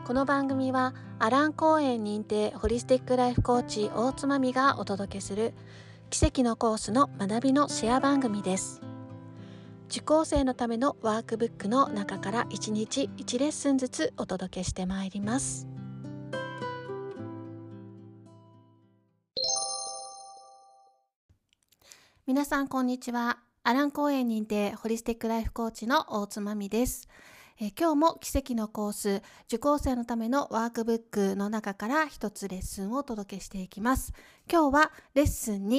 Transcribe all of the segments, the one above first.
この番組はアラン・コーエン認定ホリスティックライフコーチ大津まみがお届けする奇跡のコースの学びのシェア番組です。受講生のためのワークブックの中から1日1レッスンずつお届けしてまいります。皆さんこんにちは。アラン・コーエン認定ホリスティックライフコーチの大津まみです。今日も奇跡のコース受講生のためのワークブックの中から一つレッスンをお届けしていきます。今日はレッスン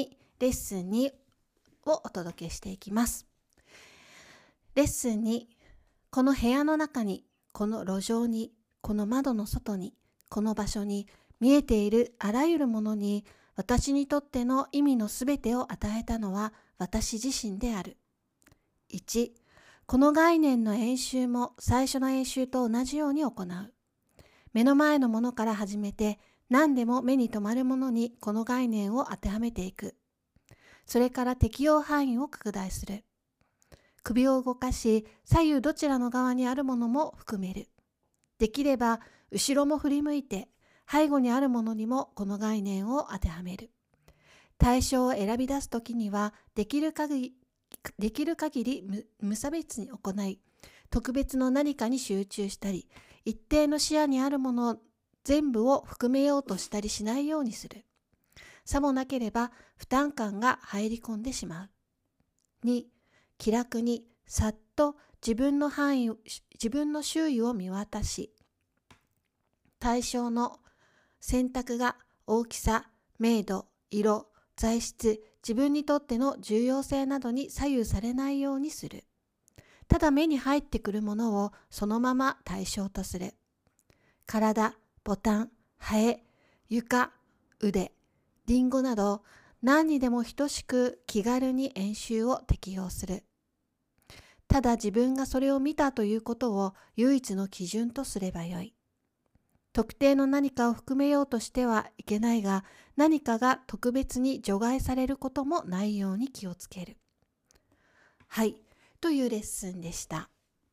2をお届けしていきます。レッスン2、この部屋の中に、この路上に、この窓の外に、この場所に見えているあらゆるものに私にとっての意味のすべてを与えたのは私自身である。1、この概念の演習も最初の演習と同じように行う。目の前のものから始めて何でも目に留まるものにこの概念を当てはめていく。それから適用範囲を拡大する。首を動かし左右どちらの側にあるものも含める。できれば後ろも振り向いて背後にあるものにもこの概念を当てはめる。対象を選び出すときにはできる限り無差別に行い、特別の何かに集中したり、一定の視野にあるもの全部を含めようとしたりしないようにする。さもなければ負担感が入り込んでしまう。2、気楽にさっと自分の周囲を見渡し、対象の選択が大きさ、明度、色、材質、自分にとっての重要性などに左右されないようにする。ただ目に入ってくるものをそのまま対象とする。体、ボタン、ハエ、床、腕、リンゴなど何にでも等しく気軽に演習を適用する。ただ自分がそれを見たということを唯一の基準とすればよい。特定の何かを含めようとしてはいけないが、何かが特別に除外されることもないように気をつける。はい、というレッスンでした。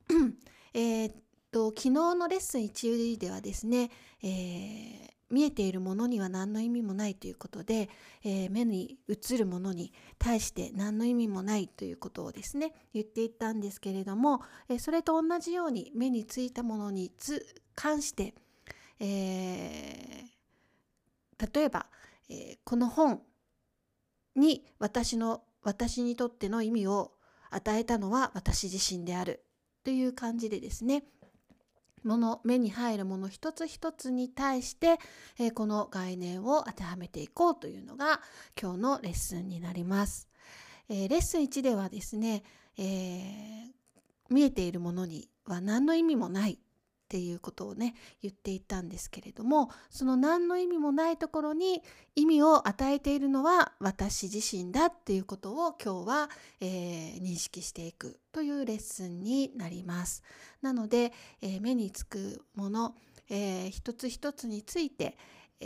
昨日のレッスン1ではですね、見えているものには何の意味もないということで、目に映るものに対して何の意味もないということをですね言っていったんですけれども、それと同じように目についたものに関して、例えば、この本に私にとっての意味を与えたのは私自身であるという感じでですね、目に入るもの一つ一つに対して、この概念を当てはめていこうというのが今日のレッスンになります。レッスン1ではですね、見えているものには何の意味もないっていうことをね言っていたんですけれども、その何の意味もないところに意味を与えているのは私自身だっていうことを今日は、認識していくというレッスンになります。なので、目につくもの、一つ一つについて、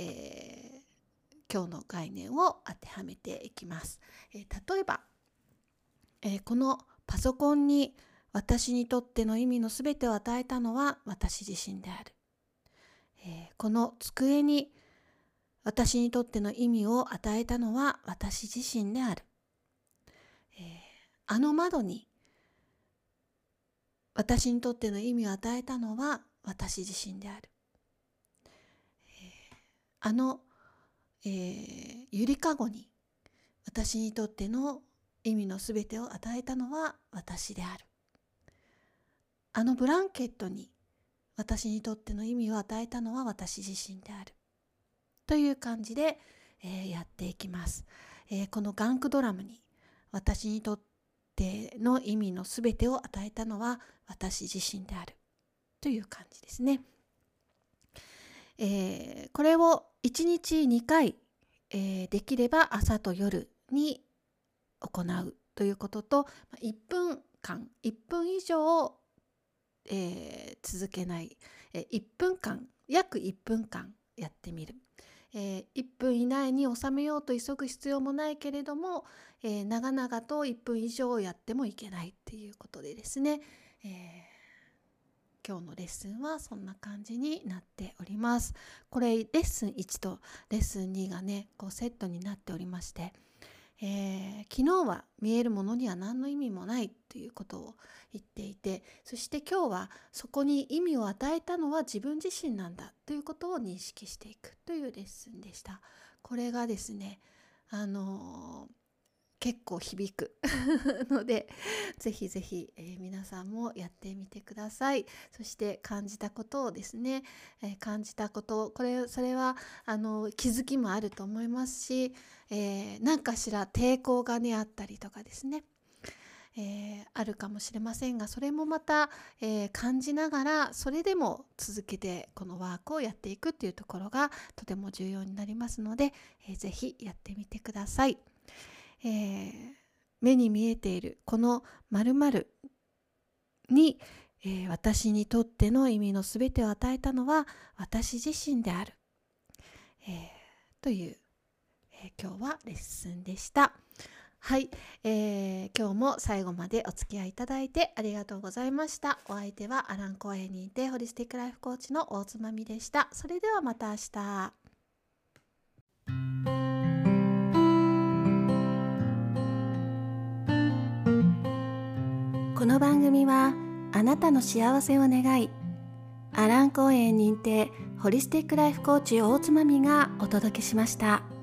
今日の概念を当てはめていきます。例えば、このパソコンに私にとっての意味のすべてを与えたのは私自身である。この机に私にとっての意味を与えたのは私自身である。あの窓に私にとっての意味を与えたのは私自身である。あの、ゆりかごに私にとっての意味のすべてを与えたのは私である。あのブランケットに私にとっての意味を与えたのは私自身であるという感じで、やっていきます。このガンクドラムに私にとっての意味のすべてを与えたのは私自身であるという感じですね。これを1日2回、できれば朝と夜に行うということと、1分以上、続けない、約1分間やってみる。1分以内に収めようと急ぐ必要もないけれども、長々と1分以上やってもいけないっていうことでですね、 今日のレッスンはそんな感じになっております。これレッスン1とレッスン2がねこうセットになっておりまして、昨日は見えるものには何の意味もないということを言っていて、そして今日はそこに意味を与えたのは自分自身なんだということを認識していくというレッスンでした。これがですね、結構響くので、ぜひぜひ、皆さんもやってみてください。そして感じたことをですね、感じたことそれは気づきもあると思いますし、何かしら抵抗がねあったりとかですね、あるかもしれませんが、それもまた、感じながらそれでも続けてこのワークをやっていくっていうところがとても重要になりますので、ぜひやってみてください。目に見えているこの〇〇に、私にとっての意味のすべてを与えたのは私自身である、という、今日はレッスンでした。はい、今日も最後までお付き合いいただいてありがとうございました。お相手はアラン公園にてホリスティックライフコーチの大津まみでした。それではまた明日。この番組はあなたの幸せを願い、アラン公園認定ホリスティックライフコーチ大津まみがお届けしました。